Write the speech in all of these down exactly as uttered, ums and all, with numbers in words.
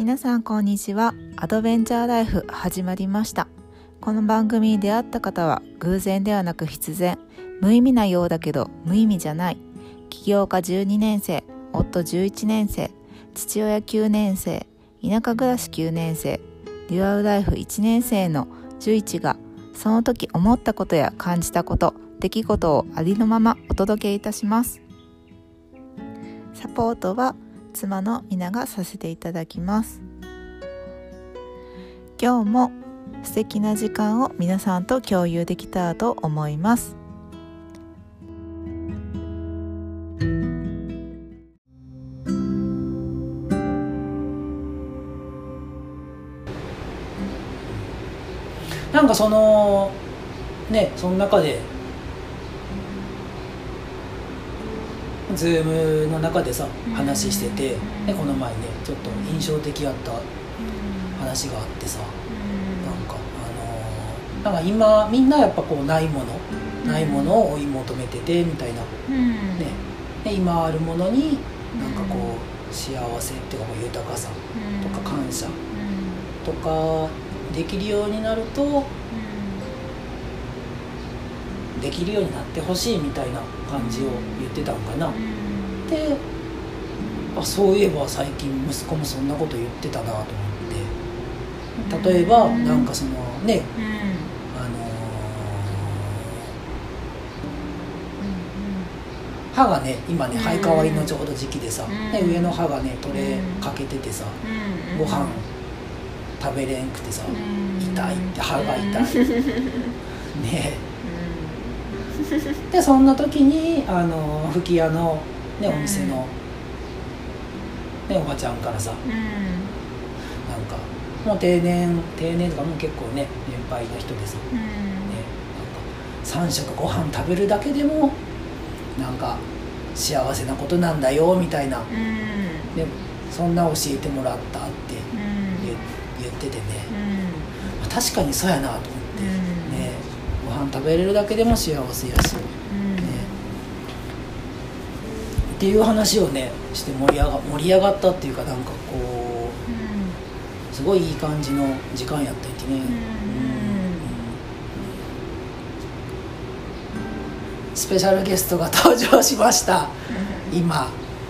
皆さんこんにちは。アドベンチャーライフ始まりました。この番組に出会った方は偶然ではなく必然、無意味なようだけど無意味じゃない、起業家じゅうにねん生、夫じゅういちねん生、父親きゅうねん生、田舎暮らしきゅうねん生、デュアルライフいちねん生のじゅういちがその時思ったことや感じたこと、出来事をありのままお届けいたします。サポートは妻のみながさせていただきます。今日も素敵な時間を皆さんと共有できたらと思います。 なんかそのね、その中でズームの中でさ話してて、ね、この前ねちょっと印象的やった話があってさ、なんかあのー、なんか今みんなやっぱこうないもの、ないものを追い求めててみたいな、ね、で今あるものになんかこう幸せっていうか豊かさとか感謝とかできるようになると、できるようになってほしいみたいな感じを言ってたんかな。で、あ、そういえば最近息子もそんなこと言ってたなと思って、例えばなんかそのね、あのー、歯がね今ね生え変わりのちょうど時期でさ、ね、上の歯がね取れかけててさ、ご飯食べれんくてさ、痛いって歯が痛いね。でそんな時にあの吹き矢の、ね、お店の、ね、おばちゃんからさ、うん、なんかもう定年定年とかもう結構ね年配の人でさ、うんね、なんかさん食ご飯食べるだけでもなんか幸せなことなんだよみたいな、うん、でそんな教えてもらったって言、うん、言っててね、うん、確かにそうやなと思って、うんね、ご飯食べれるだけでも幸せやし、うんね、っていう話をねして盛り上が、盛り上がったっていうか、なんかこう、うん、すごいいい感じの時間やったってね、うんうん、スペシャルゲストが登場しました、うん、今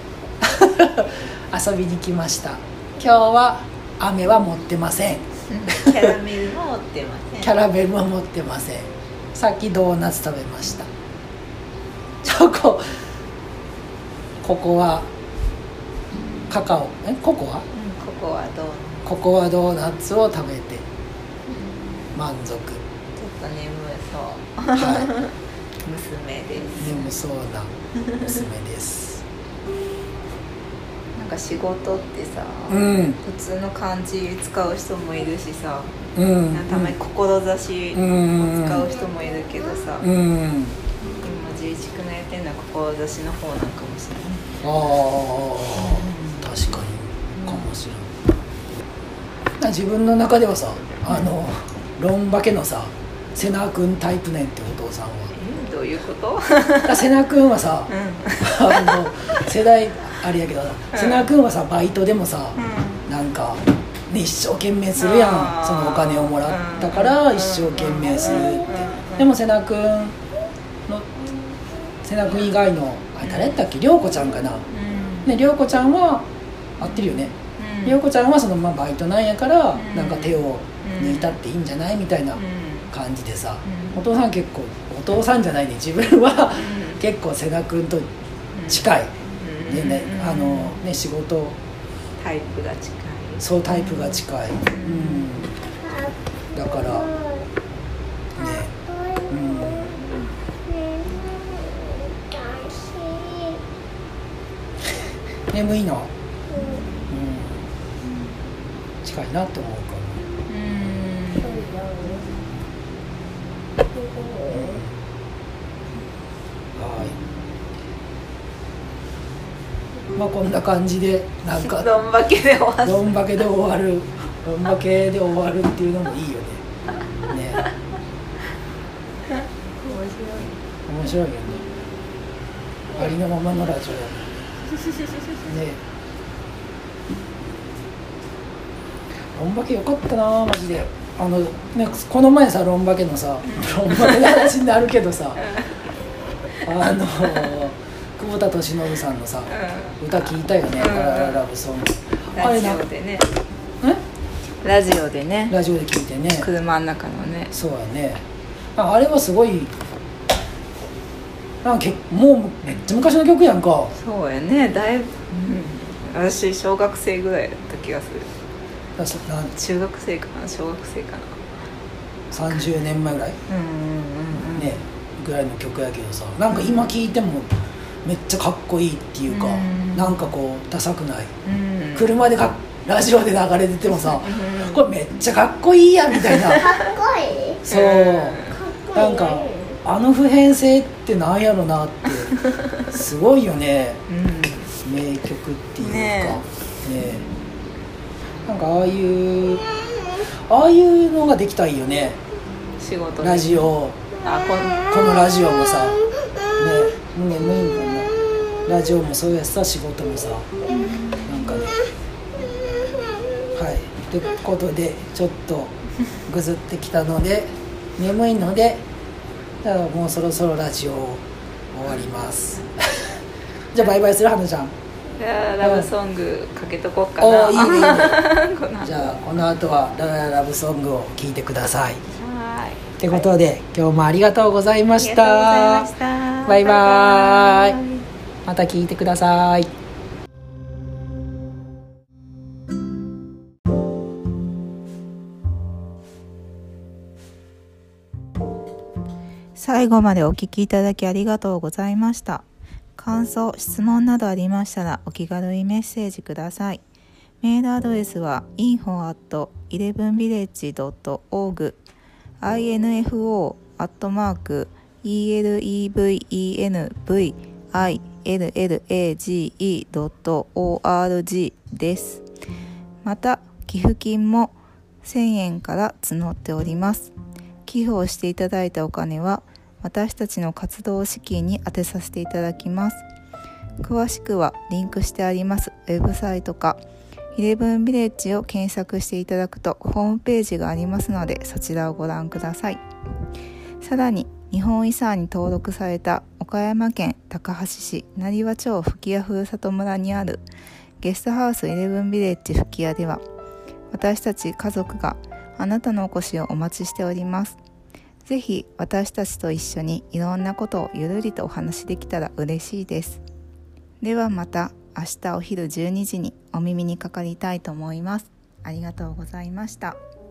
遊びに来ました。今日は飴は持ってませんキャラメルも持ってませんキャラメルも持ってません。さっきドーナツ食べました。チョコ、ここはカカオ、えココア、うん、 ココアドーナツココアドーナツを食べて満足。ちょっと眠そう、はい、娘です。 眠そうな娘ですなんか仕事ってさ、うん、普通の漢字使う人もいるしさ、うん、たまに志を使う人もいるけどさ、うんうん、今じゅういちくんがやってるのは志の方なんかもしれない。 ああ、うん、確かにかもしれない。自分の中ではさ、あのロンバケのさ瀬名君タイプねんってお父さんは。 え、どういうこと？ 瀬名君はさ、うん、あの世代あれやけどさ、うん、瀬名君はさバイトでもさ、うん、なんか一生懸命するやん。そのお金をもらったから一生懸命するって。でも瀬名君の瀬名君以外のあれ誰やったっけ、涼子ちゃんかな、ね、涼子ちゃんは合ってるよね。涼子ちゃんはそのままバイトなんやからなんか手を抜いたっていいんじゃないみたいな感じでさ、お父さん結構、お父さんじゃないね、自分は結構瀬名君と近いでね、あのね、仕事タイプが近い。 そうタイプが近い、うん、だからね、うん、眠いの、うんうん、近いなって思うかな。うん、はい、まあこんな感じでなんかどんばけで終わるどんばけで終わるどんばけで終わるっていうのもいいよね。ね、 面白い面白いよね。ありのままのラジオね。 ロンバケよかったなマジで。あの、ね、この前さロンバケのさロンバケの話になるけどさあの久保田利伸さんのさ、うん、歌聞いたよね、うん、ラララブソング。 ラジオでねラジオでねラジオで聞いてね、 車の中のね。 そうやね。あれはすごいなんかもうめっちゃ昔の曲やんか。 そうやね、だいぶ、うん、私小学生ぐらいだった気がする。だそな中学生かな小学生かなさんじゅうねんまえぐらい、うんうんうん、ねぐらいの曲やけどさ、なんか今聴いてもめっちゃかっこいいっていうか、うん、なんかこうダサくない、うん、車でかラジオで流れててもさ、うん、これめっちゃかっこいいやみたいなかっこいいそう、うん、なんかあの普遍性ってなんやろなってすごいよね、うん、名曲っていうか ね, ねなんかああいうああいうのができたらいいよね。 仕事ラジオあ こ, このラジオもさね眠いんかな。ラジオもそうやしさ仕事もさなんかねはいということでちょっとぐずってきたので眠いのでだからもうそろそろラジオを終わりますじゃあバイバイする花ちゃん。 じゃあラブソングかけとこっかな。 おいいねいいねじゃあこの後はラララブソングを聴いてください。はいってことで、はい、今日もありがとうございました。ありがとうございました。バイバイ。また聴いてください。 最後までお聞きいただきありがとうございました。感想、質問などありましたらお気軽にメッセージください。メールアドレスは インフォ アット イレブンビレッジ ドット オーグ インフォ アットマーク イレブンビレッジ ドット オーアールジー です。また寄付金もせんえんから募っております。寄付をしていただいたお金は私たちの活動資金に充てさせていただきます。詳しくはリンクしてありますウェブサイトかイレブンビレッジを検索していただくとホームページがありますのでそちらをご覧ください。さらに日本遺産に登録された岡山県高梁市成羽町吹屋ふるさと村にあるゲストハウスイレブンビレッジ吹屋では私たち家族があなたのお越しをお待ちしております。ぜひ私たちと一緒にいろんなことをゆるりとお話できたら嬉しいです。ではまた明日お昼じゅうにじにお耳にかかりたいと思います。ありがとうございました。